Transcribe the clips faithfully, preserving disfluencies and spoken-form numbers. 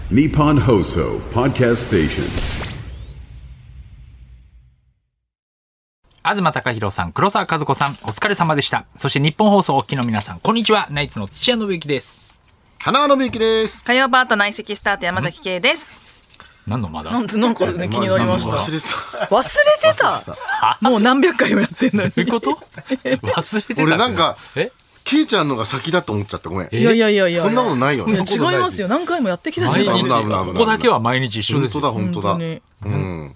Nippon Hoso Podcast Station。 東貴博さん、黒沢和子さん、お疲れ様でした。そして日本放送お聞きの皆さん、こんにちは。ナイツの土屋信之です。 花輪信之です。 火曜パート内席スタート山崎圭です。 何のまだなんてなんかね気になりました。 忘れてた。 忘れてた。もう何百回もやってんのに。 どういうこと？忘れてた。 俺なんかえケイちゃんのが先だと思っちゃった。ごめん。 いやいやいやいや。 こんなことないよね。 違いますよ。何回もやってきたじゃん。 ここだけは毎日一緒ですよ。 本当だ本当だ。うん。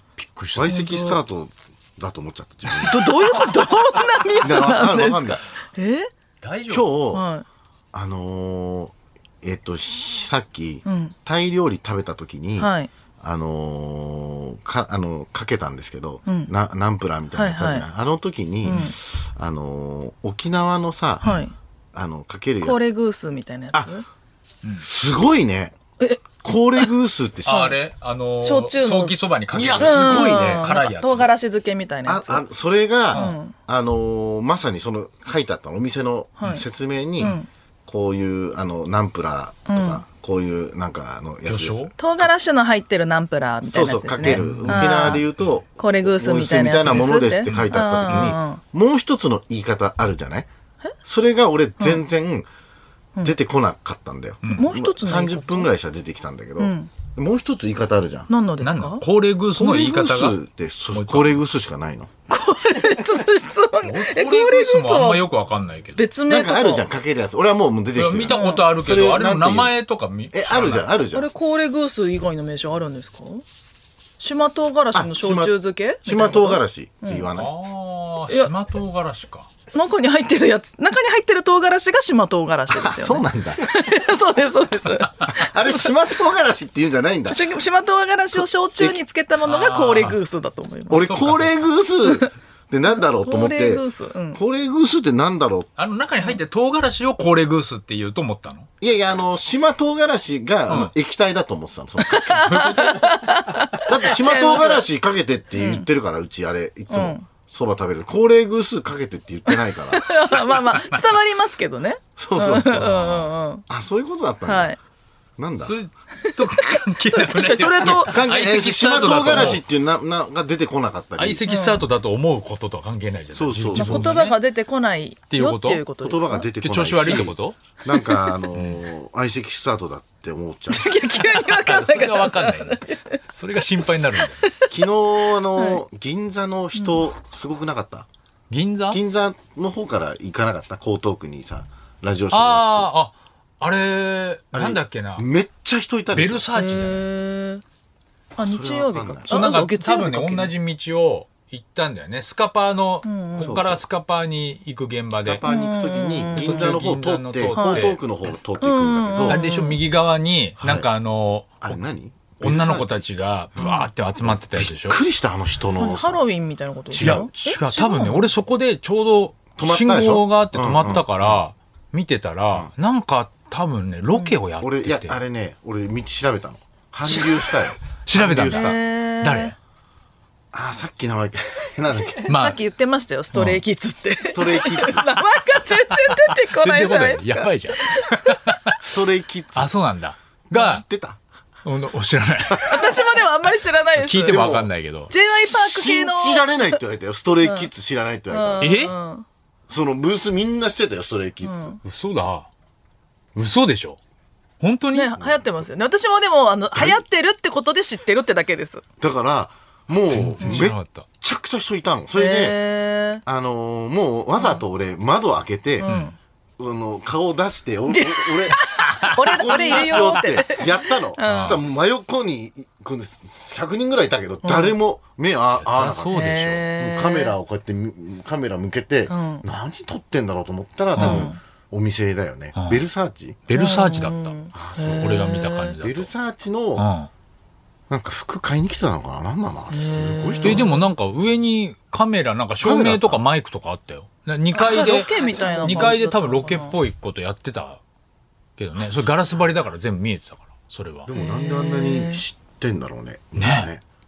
びっくりした。 相席スタートだと思っちゃった自分。 どどういうこと？どんなミスなんですか？え？ 大丈夫？ 今日あのえっとさっきタイ料理食べた時に。あのー、かあのかけたんですけど、うん、なナンプラーみたいなやつあるじゃん、はいはい、あの時に、うん、あのー、沖縄のさ、はい、あのかけるやつコーレグースみたいなやつ、 あ、うん、すごいね。えコーレグースってあれあのー、 焼酎のソーキそばにかける。 いやすごいね。 辛いやつ。唐辛子漬けみたいなやつ。 ああそれが、うん、あのー、まさにその書いてあったお店の説明に、はいうん、こういうあのナンプラーとか。うんこういうなんかあのやつです。 唐辛子の入ってるナンプラーみたいなやつですね。 そうそうかける。沖縄で言うとコーレグースみたいなやつですみたいなものですって書いてあった時にもう一つの言い方あるじゃない。それが俺全然出てこなかったんだよ。 うんうん、もう一つのさんじゅっぷんぐらいしたら出てきたんだけど、うん、もう一つ言い方あるじゃん。 何のですか？ コーレグースの言い方が。 コーレグースってコーレグースしかないの。 これちょっと質問。 えコーレグースもあんまよくわかんないけど。 別名なんかあるじゃんかけるやつ。俺はもう出てきてる。 見たことあるけどあれの名前とか見。 えあるじゃんあるじゃん。 あれコーレグース以外の名称あるんですか？島唐辛子の焼酎漬け？ 島唐辛子って言わない。 ああ島唐辛子か。 中に入ってるやつ、中に入ってる唐辛子が島唐辛子ですよね。 そうなんだ。 そうですそうです。 あれ島唐辛子って言うんじゃないんだ。 島唐辛子を焼酎につけたものがコーレグースだと思います。 俺コーレグースってなんだろうと思って。コーレグース、うん、コーレグースってなんだろう。 あの中に入ってる唐辛子をコーレグースって言うと思ったの？ いやいやあの島唐辛子が、うん、あの液体だと思ってたの。そのだって島唐辛子かけてって言ってるから、うん、うちあれいつも。うんそば食べるコーレグースかけてって言ってないからまあまあ伝わりますけどね。 そうそうそうあそういうことだったんだ、はい、なんだそれと関係ない。 確かにそれと関係ない島唐辛子っていうななが出てこなかったり相席スタートだと思うこととは関係ないじゃない。 そうそう言葉が出てこないっていうこと言葉が出てこない調子悪いってこと。 なんかあの相席スタートだって思っちゃう。 急に分かんないから分かんないそれが心配になるんだよ。 昨日あの、はい、銀座の人すごくなかった？ 銀座銀座の方から行かなかった？江東区にさラジオショーあああれなんだっけなめっちゃ人いたでしょ。 ベルサーチだよ。 あ日曜日か。 そうなんか多分ね同じ道を行ったんだよね。スカパーの、うんうん、ここからスカパーに行く現場でスカパーに行くときに銀座の方を通って江東区の方を通っていくんだけど、 あれでしょ右側になんかあの、 はい、あれ何女の子たちがブワーって集まってたやつでしょ。 びっくりしたあの人のハロウィンみたいなこと。 違う違う多分ね俺そこでちょうど信号があって止まったから見てたらなんか多分ねロケをやってて、 俺いやあれね俺道調べたの韓流したよ。 調べたんだ。誰？ あさっき名前なんだっけ、 まあ、さっき言ってましたよストレイキッズって、うん、 ストレイキッズ名前が全然出てこないじゃないですか。 やばいじゃんストレイキッズ。 あそうなんだが知ってた？ 知らない私もでもあんまり知らないです。 聞いても分かんないけどジェイワイ パーク系の信じられないって言われたよ。ストレイキッズ知らないって言われた、 うん、え、うん、 そのブースみんな知ってたよストレイキッズ、うん、 嘘だ嘘でしょ本当に、 ね、流行ってますよね。私もでもあの流行ってるってことで知ってるってだけです。 だからもうめっちゃくちゃ人いたの。それであのー、もうわざと俺窓開けて、うんあの顔出して俺俺俺いるよってやったの、うん、そしたら真横にひゃくにんぐらいいたけど、うん、誰も目あ合わなかった。 そうでしょ。カメラをこうやってカメラ向けて、うん、何撮ってんだろうと思ったら多分、うんお店だよね、うん、ベルサーチベルサーチだった、うん、あそう俺が見た感じだとベルサーチの、うん、なんか服買いに来てたのかな。なんなのあれすごい人。 でもなんか上にカメラなんか照明とかマイクとかあったよ。にかいでにかいで多分ロケっぽいことやってたけどね。それガラス張りだから全部見えてたからそれは。 でもなんであんなに知ってんだろうね。 ね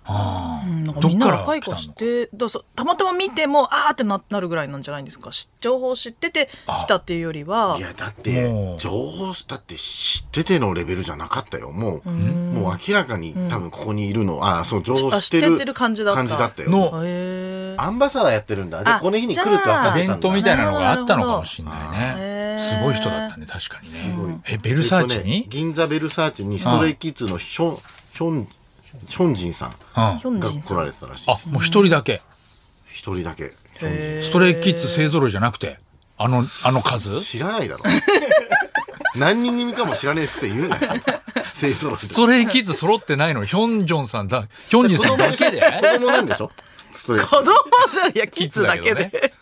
あ、 うん、なんかみんな若い子知ってどうぞたまたま見てもあーって な, なるぐらいなんじゃないんですか。情報を知ってて来たっていうよりは。 いやだって情報だって知っててのレベルじゃなかったよ。もう、うん、もう明らかに多分ここにいるの、うん、あそう情報知ってる、 てる感じだった感じだったよ。 のアンバサダーやってるんだ。じゃあこの日に来るって分かってたんだ。 イベントみたいなのがあったのかもしれないね。すごい人だったね確かにね。うん、えベルサーチに、 ね、銀座ベルサーチにストレイキッズのヒョン、ヒョンヒョンジンさんが来られてたらしいです。 あ、もう一人だけ。 一人だけ。 ストレイキッズ勢ぞろいじゃなくて、あのあの数？ 知らないだろ。何人組かも知らねえくせ言うなよ。勢ぞろい。 ストレイキッズ揃ってないのヒョンジョンさんだ、ヒョンジンさんだけで？ 子供なんでしょ？ストレイ。 子供じゃいやキッズだけで。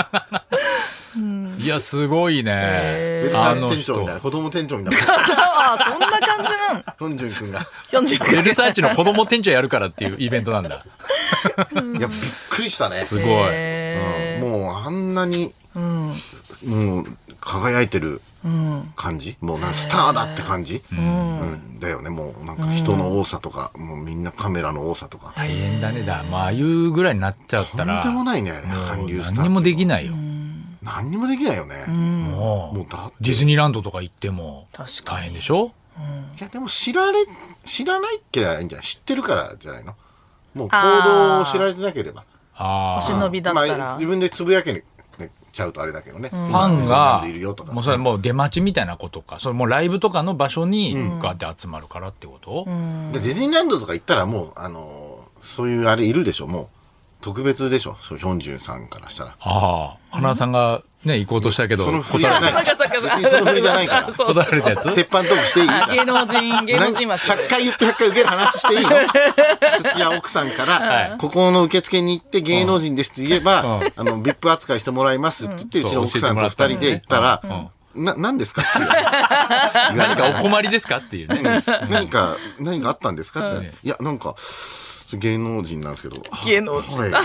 いやすごいね。 ベルサーチ店長みたいな子供店長みたいな。 あそんな感じなの。 ヒョンジュン君が。 ヒョンジュン君。 ベルサーチの子供店長やるからっていうイベントなんだ。いやびっくりしたね。 すごい。 うん、もうあんなに、うん、もう輝いてる感じ、うん、もうなんスターだって感じ、うんうん、だよね。もうなんか人の多さとか、うん、もうみんなカメラの多さとか。 大変だねだ。まあああいうぐらいになっちゃったら。 とんでもないね韓流スター。 何にもできないよ。 何にもできないよね。 うん、もうだディズニーランドとか行っても大変でしょ。 うん、いやでも知られ知らないっけらいいんじゃない。知ってるからじゃないの。もう行動を知られてなければ。 あお忍びだったら、 まあ、自分でつぶやけちゃうとあれだけどね。 ファンがもうそれもう出待ちみたいなことか。それもうライブとかの場所にガーって集まるからってこと。うん、 でディズニーランドとか行ったらもうあのそういうあれいるでしょ。もう特別でしょ。そうヒョンジュンさんからしたら。 ああ花さんがね行こうとしたけどその振りじゃない。別にその振りじゃないから。 断られたやつ。 鉄板トークしていい？ 芸能人芸能人はひゃっかい言ってひゃっかい受ける話していいの？土屋奥さんから、はい、ここの受付に行って芸能人ですって言えば、うん、あの ブイアイピー 扱いしてもらいますって言って、うん、うちの奥さんと二人で行ったら、うん、な何ですかっていう。 何かお困りですかっていうね。 何か何かあったんですかって、うん、いやなんか。芸能人なんですけど。 芸能人なんだ。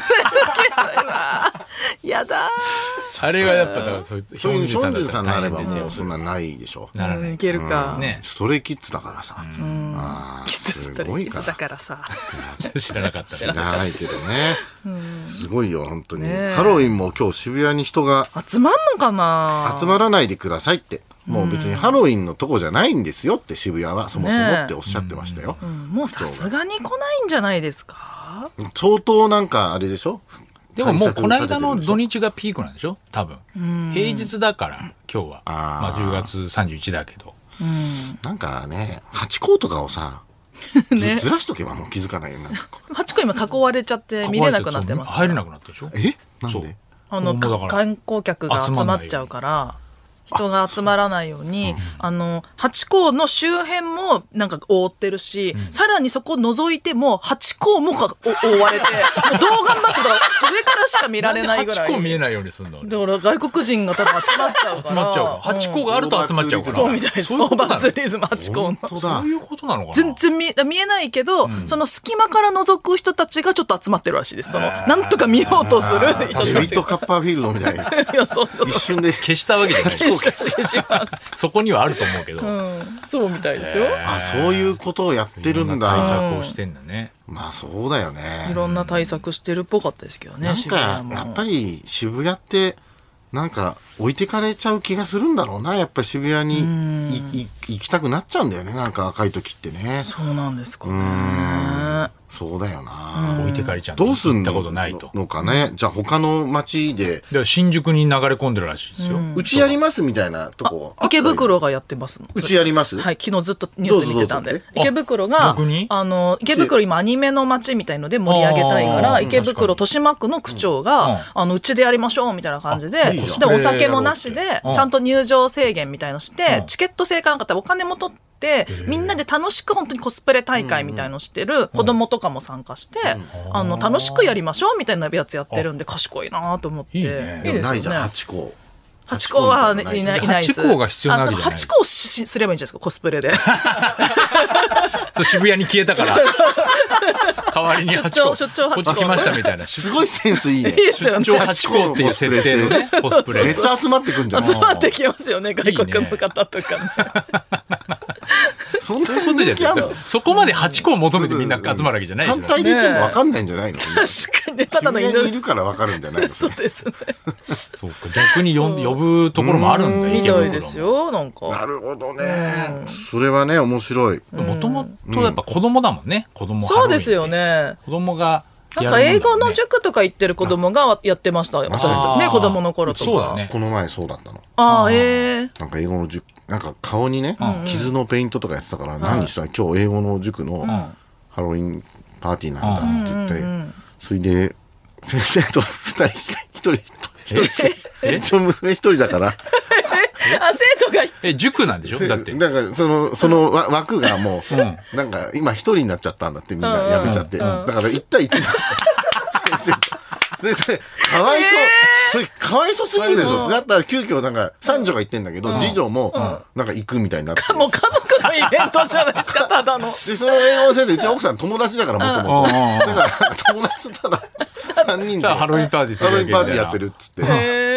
やだ。 あれはやっぱだそうヒョンジュンさんになればもうそんなないでしょ。 ならない。 いけるか。 ね。 ストレイキッズだからさ。 キッズストレイキッズだからさ。 知らなかった。 知らないけどね。すごいよ本当に。ハロウィンも今日渋谷に人が集まんのかな。 集まらないでくださいって。もう別にハロウィンのとこじゃないんですよって渋谷はそもそもっておっしゃってましたよ。 うんうん、もうさすがに来ないんじゃないですか。 相当なんかあれでしょ。 でももうこの間の土日がピークなんでしょ多分。平日だから今日はあ、まあ、じゅうがつさんじゅういちだけど、 うん、 なんかねハチ公とかをさね、ずらしとけばもう気づかないよ。 ハチ公今囲われちゃって見れなくなってます。 入れなくなってるでしょ。 えなんで？ あの観光客が集まっちゃうから人が集まらないように、うん、あのハチ公の周辺もなんか覆ってるし、うん、さらにそこを覗いてもハチ公も覆われてどう頑張っても上からしか見られないぐらい。 ハチ公見えないようにするの。 だから外国人が多分集まっちゃうから。 集まっちゃうから。ハチ公があると集まっちゃうから。 そうみたいです。オーバーツーリズムハチ公の。 そういうことなのかな。 全然 見, 見えないけど、うん、その隙間から覗く人たちがちょっと集まってるらしいです。そのなんとか見ようとする人たちが。 デビッドカッパーフィールドみたいな。いやそう一瞬で消したわけじゃない。 消してしまう。 そこにはあると思うけど、 うん、そうみたいですよ。 あ、そういうことをやってるんだ。 対策をしてんだね。 まあそうだよね。 いろんな対策してるっぽかったですけどね。 なんかやっぱり渋谷ってなんか置いてかれちゃう気がするんだろうな。やっぱり渋谷にいい行きたくなっちゃうんだよね。なんか若い時ってね。 そうなんですかね。 そうだよな。 置いてかれちゃう。 どうすんのかね。じゃあ他の街で。 で新宿に流れ込んでるらしいですよ。 うちやりますみたいなとこ。 池袋がやってますの。 うちやります。 はい、昨日ずっとニュース見てたんで。池袋があの池袋今アニメの街みたいので盛り上げたいから池袋豊島区の区長があのうちでやりましょうみたいな感じで、でお酒もなしでちゃんと入場制限みたいのしてチケット制かなんかってお金も取って。でみんなで楽しく本当にコスプレ大会みたいのしてる子供とかも参加して、うん、あの楽しくやりましょうみたいなやつやってるんで賢いなと思って。いいね。いいですよね。ないじゃんハチ公。ハチ公は、ね、いないいないです。 ハチ公が必要なわけじゃない。 ハチ公しすればいいんじゃないですかコスプレで。 そう渋谷に消えたから代わりにハチ公出張ハチ公来ましたみたいな。 すごいセンスいいね。 いいですよね。 出張ハチ公っていう設定のねコスプレ。 めっちゃ集まってくんじゃん。 集まってきますよね外国の方とかね。 そんなそういうことじゃないですよ。そこまではちこを求めてみんな集まるわけじゃないじゃない。 単体で言っても分かんないんじゃないの。 確かにただの犬いるから分かるんじゃないの。 そうですね。 そうか、逆に呼ぶところもあるんだよ。 みたいですよ、なんか。 なるほどね。それはね、面白い。 もともとやっぱ子供だもんね。子供。 そうですよね。 子供が。 なんか英語の塾とか行ってる子供がやってましたよ。ね、子供の頃とか。 そうだね。 この前そうだったの。 ああ、ええ。 なんか英語の塾、なんか顔にね、傷のペイントとかやってたから、何したら今日英語の塾のハロウィンパーティーなんだって言って、それで先生と二人しか一人一人一応娘一人だから。 あ、生徒がえ塾なんでしょ。だってだからそのその枠がもうなんか今一人になっちゃったんだって、みんなやめちゃって、だから一対一だ先生と。先生かわいそう、それかわいそうすぎるでしょ。だったら急遽なんか三女が言ってんだけど、次女もなんか行くみたいになって、 もう家族のイベントじゃないですか、ただの。 でその英語の先生、うち奥さん友達だからもともと、だから友達とただ三人でハロウィンパーティーするハロウィンパーティーやってるっつって。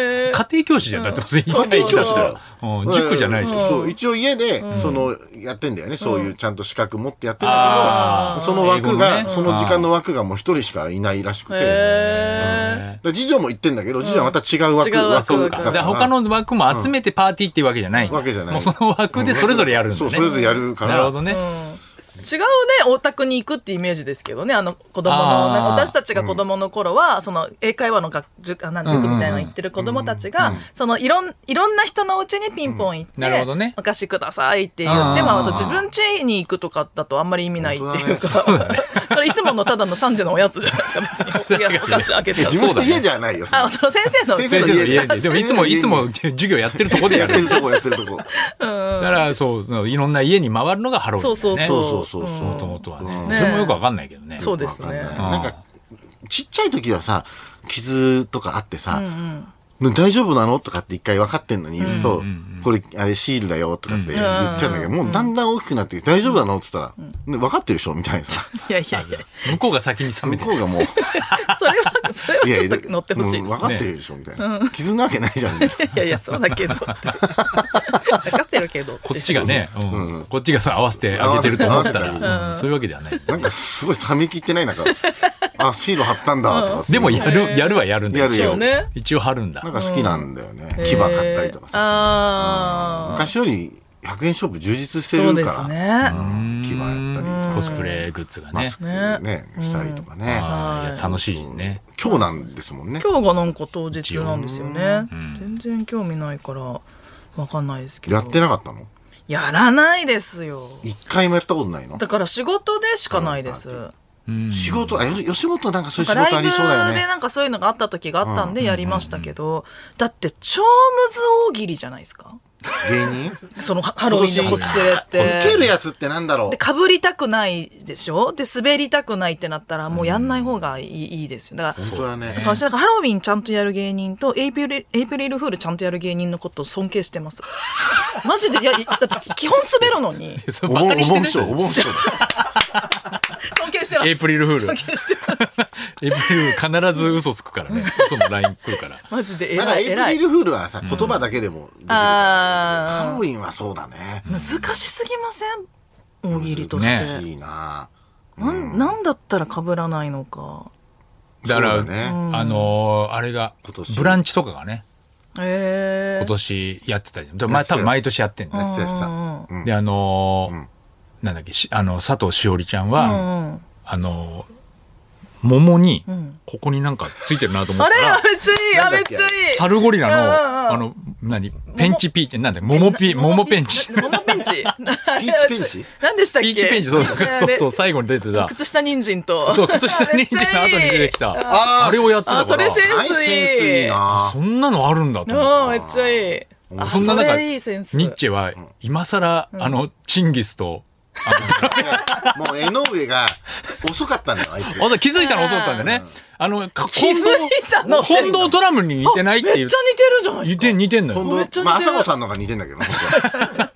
家庭教師じゃん。だって家庭教師だよ。 塾じゃないじゃん。 そう一応家でそのやってんだよね。そういうちゃんと資格持ってやってんだけど、その枠がその時間の枠がもう一人しかいないらしくて、次女も言ってんだけど、次女はまた違う枠枠だから他の枠も集めてパーティーっていうわけじゃない。 わけじゃない。 もうその枠でそれぞれやるんだね。 そうそれぞれやるから。 なるほどね。 違うね、お宅に行くってイメージですけどね、あの子供の、ね、私たちが子供の頃は、うん、その英会話の学塾、塾みたいなの行ってる子供たちが、うんうん、そのいろんいろんな人のうちにピンポン行って、うん、なるほどね、お貸しくださいって言って、まあ、自分家に行くとかだとあんまり意味ないっていうか、そ, ね、それいつものただのさんじのおやつじゃないですか、別にお菓子あげて。 自分の家じゃないよ。 あ、その先生の先生の家で。でもいつもいつも授業やってるとこでやる。 やってるとこやってるとこ。 だからそういろんな家に回るのがハロウィン。 そうそうそうそうそう。 もともとはね。それもよくわかんないけどね。 そうですね。 なんかちっちゃい時はさ、傷とかあってさ、大丈夫なのとかって一回分かってんのに言うと、これあれシールだよとかって言っちゃうんだけど、もうだんだん大きくなって大丈夫なのって言ったら、分かってるでしょみたいなさ。 いやいやいや、 向こうが先に冷めて向こうがもうそれはそれはちょっと乗ってほしいですね。 分かってるでしょみたいな。傷なわけないじゃん。 いやいやそうだけど。分かってるけど。 こっちがね、こっちが合わせてあげてると思ってたら、そういうわけではない。 なんかすごい冷め切ってないなんか。あ、シール貼ったんだとか。 でもやるやるはやるんだよ。 やるよね。 一応貼るんだ。 なんか好きなんだよね。牙買ったりとかさ。昔よりひゃくえんショップ充実してるから。 そうですね。 牙やったりコスプレグッズがね。 マスクねしたりとかね。 楽しいね。 今日なんですもんね。 今日がなんか当日なんですよね。全然興味ないからわかんないですけど。 やってなかったの？ やらないですよ。 一回もやったことないの？ だから仕事でしかないです。 仕事、あ、吉本なんかそういう仕事ありそうだよね。 ライブでなんかそういうのがあった時があったんでやりましたけど、だって超ムズ大喜利じゃないですか。 芸人？ そのハロウィンのコスプレって。 つけるやつってなんだろう。 で、被りたくないでしょ？で、滑りたくないってなったらもうやんない方がいい、いいですよ。だから、 本当だね。 だから私なんかハロウィンちゃんとやる芸人とエイプリ、エイプリルフールちゃんとやる芸人のことを尊敬してます。マジで、いや、だって基本滑るのに。 お盆、お盆賞、お盆賞。 尊敬してます。 エイプリルフール。 尊敬してます。 エイプリルフール必ず嘘つくからね。嘘のライン来るから。 マジで偉い。エイプリルフールはさ、言葉だけでもできるから。ハロウィンはそうだね。 難しすぎません？大喜利として。 難しいな。 なんだったら被らないのか。 だからあのあれがブランチとかがね。 え今年やってたじゃん。多分毎年やってんだよ。であのなんだっけあの佐藤しおりちゃんはあの桃にここになんかついてるなと思ったら、 あれめっちゃいい、あめっちゃいい。 サルゴリラのあの何ペンチピーってなんだ桃ピ桃ペンチ。 桃ペンチ。ピーチペンチ。 何でしたっけ？ ピーチペンチそうそうそう最後に出てた。 靴下人参と。 そう靴下人参の後に出てきた。あれをやってたから。 それセンスいい。 そんなのあるんだと思って。 めっちゃいい。 そんな中ニッチェは今更あのチンギスと。 もう江上が遅かったんだよあいつ。 気づいたの遅かったんだよね。あの気づいたの本堂ドラムに似てないっていう。 めっちゃ似てるじゃないですか。 似て似てんのよ。 まあ朝子さんのが似てんだけど。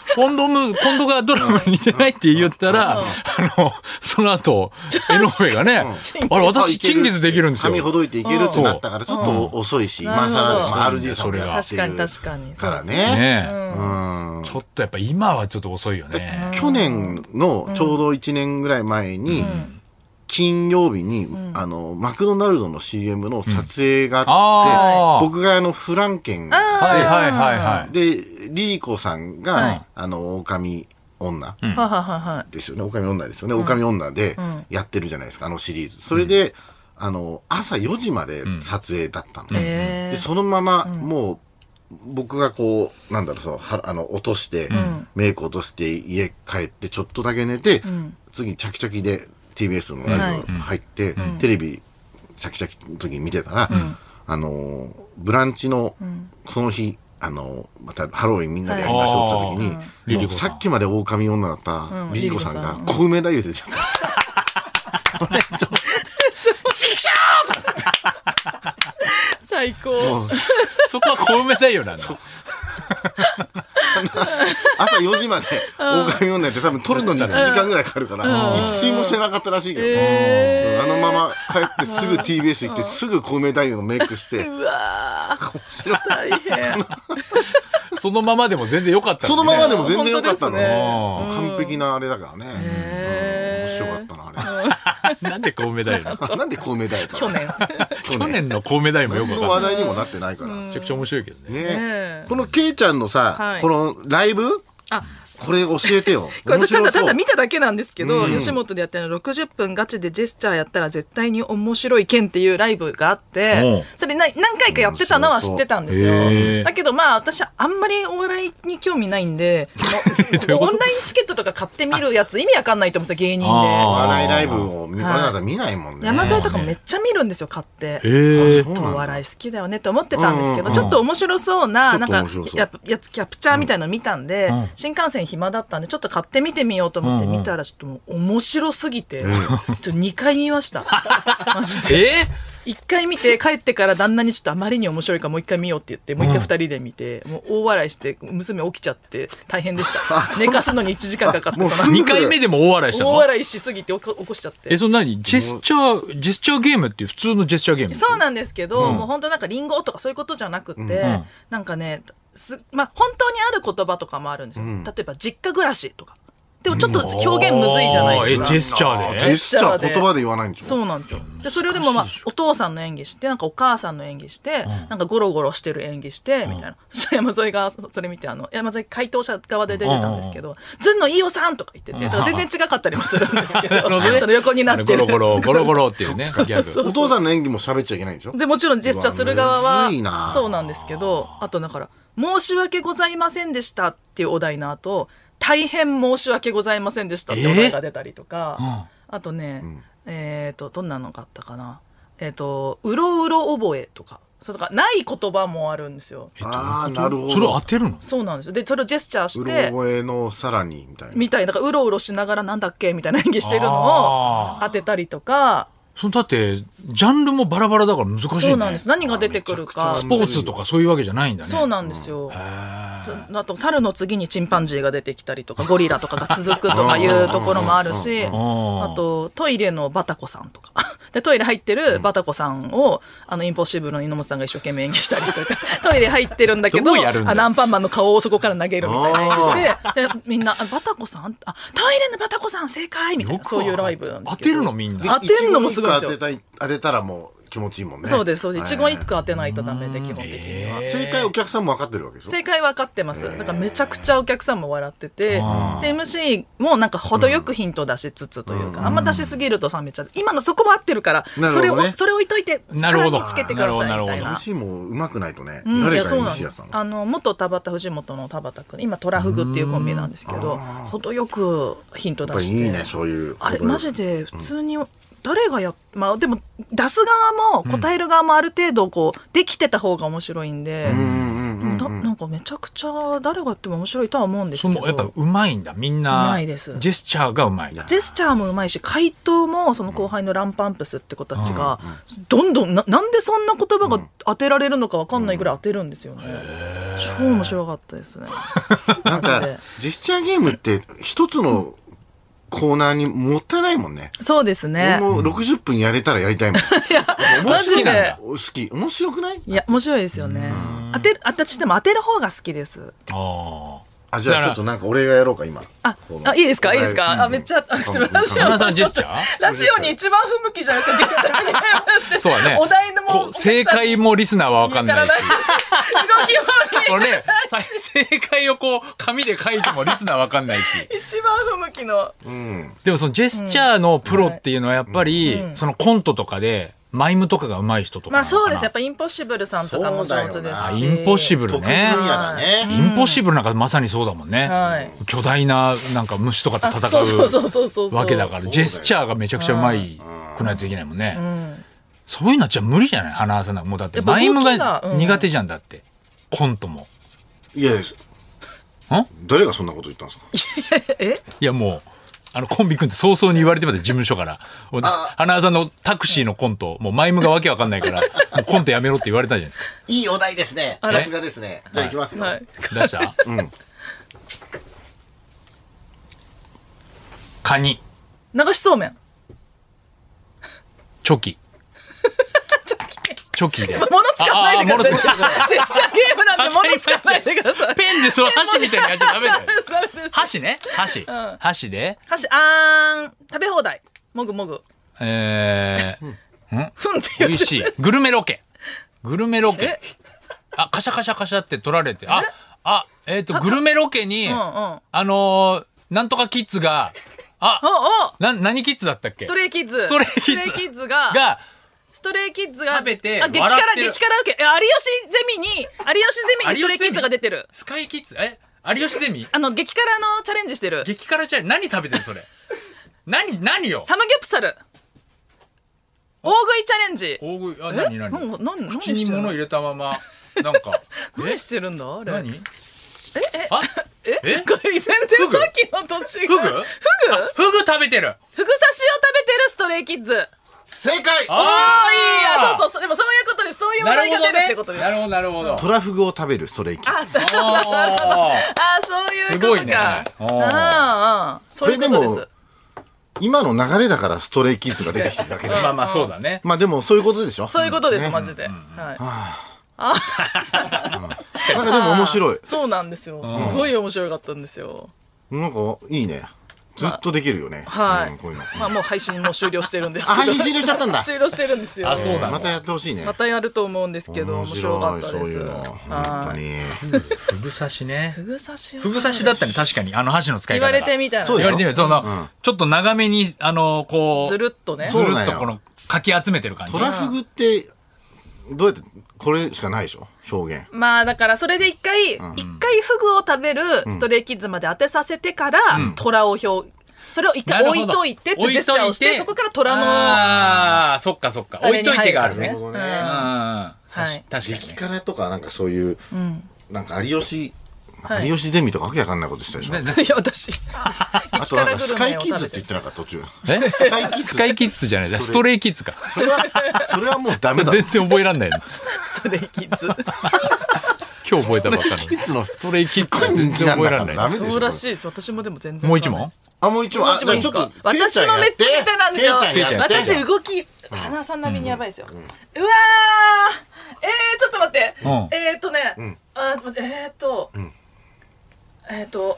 近藤む近藤がドラマに似てないって言ったら、あのその後江上がね、あれ私チンギスできるんですよ。 髪ほどいていけるってなったからちょっと遅いし、今更でも アールジー さんもやってるからね。 ちょっとやっぱ今はちょっと遅いよね。 去年のちょうどいちねんぐらい前に。金曜日に、うん、あのマクドナルドの シーエム の撮影があって、うん、僕があのフランケンで、はいはいはいはい、でリリコさんが、はい、あの狼女ですよね、狼女ですよね、うん、狼女でやってるじゃないですか、あのシリーズ。それで、うん、あの朝よじまで撮影だったの、うん、でそのままもう僕がこうなんだろう、そのはあの落として、うん、メイク落として家帰ってちょっとだけ寝て、うん、次チャキチャキでティービーエス のラジオ入って、はい、テレビチャキチャキの時に見てたら、うん、あのブランチのその日、あのまたハロウィンみんなでやりましょうって言った時に、はい、もうさっきまで狼女だったリリコさんが小梅太夫でちゃった。これちょっとチキショー最高。 そこは小梅太夫なんだ。 朝よじまで狼女って多分撮るのにいちじかんぐらいかかるから一睡もしてなかったらしいけど、えー、あのまま帰ってすぐ ティービーエス 行ってすぐ小梅太夫のメイクしてうわー大変そのままでも全然良かった、ね、 そのままでも全然良かったの、ね、完璧なあれだからね、えー、面白かったなあれなんで小梅太夫なんで小梅太夫去年去年の小梅太夫もよく分かんない。 話題にもなってないからめちゃくちゃ面白いけど ね, ねこのケイちゃんのさ、はい、このライブ、あこれ教えてよ。 これ私ただただ見ただけなんですけど、うん、吉本でやってるのろくじゅっぷんガチでジェスチャーやったら絶対に面白い剣っていうライブがあって、それ何回かやってたのは知ってたんですよ。だけどまあ私はあんまりお笑いに興味ないんでオンラインチケットとか買ってみるやつ意味わかんないと思うんですよ、芸人で。お笑いライブをわざわざ見ないもんね。 山添とかめっちゃ見るんですよ、買って。お笑い好きだよねと思ってたんですけど、ちょっと面白そうななんかやつキャプチャーみたいの見たんで、新幹線暇だったんでちょっと買ってみてみようと思って見たらちょっともう面白すぎて、うん、ちょっとにかい見ましたマジで。えー、いっかい見て帰ってから旦那にちょっとあまりに面白いからもういっかい見ようって言ってもういっかいふたりで見て、もう大笑いして娘起きちゃって大変でした寝かすのにいちじかんかかってそのにかいめでも大笑いしたの。 大笑いしすぎて起こしちゃって。 えその何ジェスチャージェスチャーゲームっていう普通のジェスチャーゲーム。 そうなんですけど、うん、もう本当なんかリンゴとかそういうことじゃなくて、うん、なんかねす、まあ、本当にある言葉とかもあるんですよ、うん、例えば実家暮らしとかでもちょっと表現むずいじゃないですか。 ジェスチャーでジェスチャー言葉で言わないんですよ。 そうなんですよ。でそれをでも、まあ、お父さんの演技してなんかお母さんの演技して、うん、なんかゴロゴロしてる演技して、うん、みたいな。そしたら山添がそれ見てあの山添回答者側で出てたんですけど「ずんの飯尾さん」とか言っててだから全然違かったりもするんですけどその横になってるゴロゴロゴロゴロっていうねギャグ。 お父さんの演技も喋っちゃいけないんでしょ。 でもちろんジェスチャーする側はそうなんですけど、あとだから「申し訳ございませんでした」っていうお題の後大変申し訳ございませんでしたってお題が出たりとか、えーうん、あとね、うん、えっ、ー、とどんなのがあったかな、えっ、ー、とうろうろ覚えとかそうとかない言葉もあるんですよ。 ああなるほど。 それを当てるの。 そうなんですよ。でそれをジェスチャーしてうろ覚えのさらにみたいなみたいなうろうろしながらなんだっけみたいな演技してるのを当てたりとか。 そのだってジャンルもバラバラだから難しいね。 そうなんです。何が出てくるかスポーツとかそういうわけじゃないんだね。 そうなんですよ。あと猿の次にチンパンジーが出てきたりとかゴリラとかが続くとかいうところもあるしあとトイレのバタコさんとかでトイレ入ってるバタコさんをあのインポッシブルの猪本さんが一生懸命演技したりとかトイレ入ってるんだけどあのアンパンマンの顔をそこから投げるみたいな演技してでみんなバタコさんあトイレのバタコさん正解みたいなそういうライブなんですけど当てるのみんな当てるのもすごいですよ。 当てたらもう気持ちいいもんね。 そうですそうです。一言一句当てないとダメで基本的には。 正解お客さんも分かってるわけでしょ。 正解分かってます。だからめちゃくちゃお客さんも笑ってて、で エムシー もなんか程よくヒント出しつつというか、あんま出しすぎると冷めちゃう。今のそこも合ってるからそれをそれ置いといてさらにつけてくださいみたいな。 エムシー も上手くないとね。 うん、いやそうなんです。あの元田畑藤本の田畑君今トラフグっていうコンビなんですけど、程よくヒント出して。 いいねそういう。 あれマジで普通に。誰がやまあでも出す側も答える側もある程度こうできてた方が面白いんで、うん、な, なんかめちゃくちゃ誰がやっても面白いとは思うんですけど、 やっぱうまいんだみんな。うまいです。ジェスチャーがうまい。 ジェスチャーもうまいし、回答もその後輩のランパンプスって子たちがどんどん な, なんでそんな言葉が当てられるのか分かんないぐらい当てるんですよね。超面白かったですね。 なんかジェスチャーゲームって一つのコーナーにもったいないもんね。 そうですね。 もうろくじゅっぷんやれたらやりたいもん。いや、 マジで好き。面白くない？ いや、面白いですよね。当てる、私でも当てる方が好きです。 ああ。じゃあちょっとなんか俺がやろうか今。 あ、あいいですかいいですか。あめっちゃラジオラジオに一番不向きじゃないですか。実際にそうだね。 お題のも正解もリスナーは分かんないし。これね、正解をこう紙で書いてもリスナー分かんないし。 一番不向きの。 でもそのジェスチャーのプロっていうのはやっぱりそのコントとかで。マイムとかが上手い人とか。 まあそうです。やっぱインポッシブルさんとかも上手ですし。 インポッシブルね。インポッシブルなんかまさにそうだもんね。巨大ななんか虫とかと戦うわけだから、ジェスチャーがめちゃくちゃ上手いくないといけないもんね。そういうのはじゃ無理じゃない花輪さんなんか。もうだってマイムが苦手じゃんだって。コントも。 いや、誰がそんなこと言ったんですか。 え？ いやもう。あのコンビ組んで早々に言われてまで事務所から花輪さんのタクシーのコントもうマイムがわけわかんないからもうコントやめろって言われたじゃないですか。 いいお題ですね。さすがですね。じゃあいきますよ。 出した？うん。カニ。 流しそうめん。 チョキ。チョキで。 物使わないでください。ジェスチャーゲームなんで物使わないでください。 ペンでその箸みたいにやっちゃダメだよ。箸ね。箸。箸で。 箸、あーん、食べ放題。もぐもぐ。 えー、 んふんって言う。 美味しい。グルメロケ。グルメロケ。あ、カシャカシャカシャって取られて。あ、あ、えっと、グルメロケに、あの、なんとかキッズが、あ、な、何キッズだったっけ？ ストレイキッズ。 ストレイキッズが、が、 ストレイキッズが食べてあ激辛激辛受け有吉ゼミに有吉ゼミにストレイキッズが出てる。 スカイキッズえ有吉ゼミあの激辛のチャレンジしてる。 激辛チャレンジ何食べてるそれ何何よ。 サムギョプサル大食いチャレンジ。 大食いあ何何何口に物入れたままなんか何してるんだあれ。 何ええあえ全然さっきの途中フグフグフグ食べてる。 フグ刺しを食べてるストレイキッズ。 正解。 ああいいやそうそうでもそういうことです。そういうお題が出るってことです。 なるほどなるほど。 トラフグを食べるストレイキッズ。 ああそういうことか。ああそういうことです。 今の流れだからストレイキッズが出てきてるだけで。 まあまあそうだね。 まあでもそういうことでしょ。 そういうことですマジで。はい。 あなんかでも面白い。 そうなんですよ。すごい面白かったんですよ。 なんかいいね。ずっとできるよね。 はい。まあもう配信も終了してるんですけど。 配信終了しちゃったんだ。 終了してるんですよ。 あ、そうだ。 またやってほしいね。 またやると思うんですけど、面白かったです。 本当に。 フグ刺しね。 フグ刺し。 フグ刺しだったね確かにあの箸の使い方。 言われてみたいな。 言われてみるそのちょっと長めにあのこうずるっとね。 ずるっとこのかき集めてる感じ。 トラフグってどうやってこれしかないでしょ表現。 まあだからそれで一回一回フグを食べるストレイキッズまで当てさせてからトラを表それを一回置いといてってジェスチャーをしてそこから虎のああそっかそっか置いといてがあるね。 なるほどね。 はい。確かに激辛とかなんかそういうなんか有吉有吉ゼミとかわけわかんないことしたでしょ。いや私あとなんかスカイキッズって言ってなかった途中。 えスカイキッズスカイキッズじゃないストレイキッズか。 それはそれはもうダメだ。 全然覚えらんないの。 ストレイキッズ今日覚えたばっかり。 ストレイキッズのストレイキッズ人気なんだからダメでしょ。 そうらしいです。私もでも全然もう一問あもう一問。 ちょっと私もめっちゃ下手なんですよ。私動き花さん並みにやばいですよ。うわーえーちょっと待ってえっとねあえっとえっと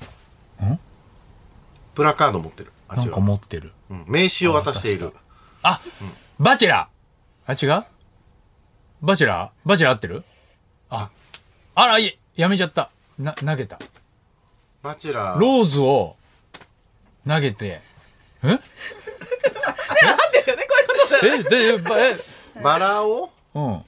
プラカード持ってる。 なんか持ってる。 名刺を渡している。 あバチェラーあ違うバチェラーバチェラー合ってる。ああらいやめちゃったな投げた。 バチェラーローズを投げてえねなんでよねこういうことだよね。 えでえバラをうん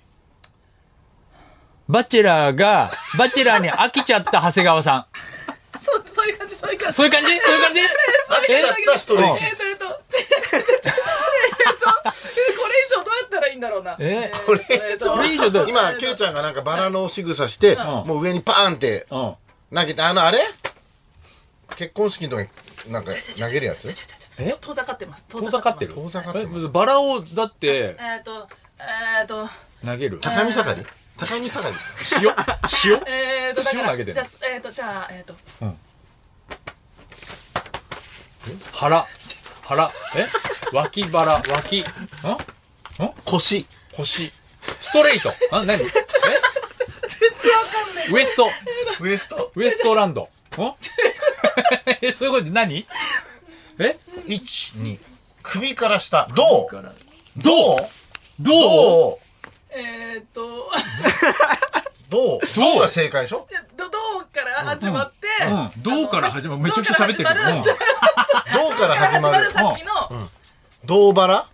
バチェラーがバチェラーに飽きちゃった長谷川さん。 そうそういう感じそういう感じそういう感じそういう感じ。 飽きちゃったストレイキッズ。 えっとえっとえっとこれ以上どうやったらいいんだろうな。 えこれそれ以上だ。 今ケイちゃんがなんかバラの仕草して、もう上にパーンって投げて、あのあれ結婚式の時になんか投げるやつ。 え遠ざかってます。 遠ざかってる。 遠ざかってます。 バラをだってえっとえっと投げる。 高見盛り高見盛り塩塩えっとだから塩投げてる。 じゃあえっとじゃあえっと腹腹え脇腹脇ん腰腰ストレートあ何え全然わかんないウエストウエストウエストランドんそういうこと何えいちに首から下どうどうどうえっとどうどうが正解でしょ。 どどうから始まってどうから始まるめちゃくちゃ喋ってるけどどうから始まるさっきのどうバラ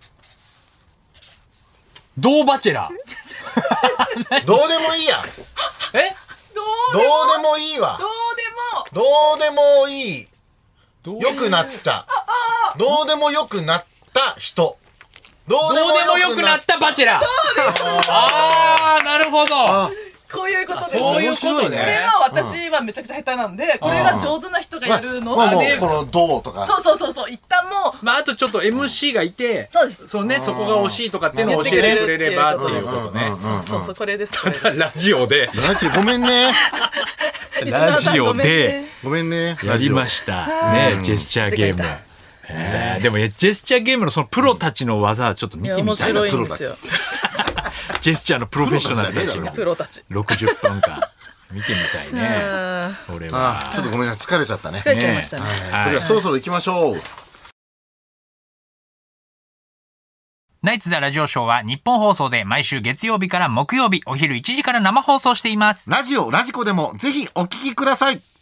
どうバチェラーどうでもいいやえどうでもいいわどうでもどうでもいいよくなったどうでもよくなった人どうでもよくなったバチェラーああなるほどこういうことです。 そういうことね。 これは私はめちゃくちゃ下手なんで、これが上手な人がやるのはね、このどうとか。 そうそうそうそう、一旦もう。まああとちょっと エムシー がいて、 そうです。 そうね、そこが惜しいとかっていうのを教えてくれればっていうことね。 そうそうそう、これです。 ラジオで。 ラジオごめんね。 ラジオでごめんね。 やりましたね、ジェスチャーゲーム。えー、でもジェスチャーゲームのそのプロたちの技はちょっと見てみたいな。 面白いんですよ。 ジェスチャーのプロフェッショナルたちのプロたちろくじゅっぷんかん見てみたいね。俺はちょっとごめんなさい疲れちゃったね。 疲れちゃいましたね。 それではそろそろ行きましょう。 ナイツザラジオショーは日本放送で毎週月曜日から木曜日お昼いちじから生放送しています。 ラジオラジコでもぜひお聞きください。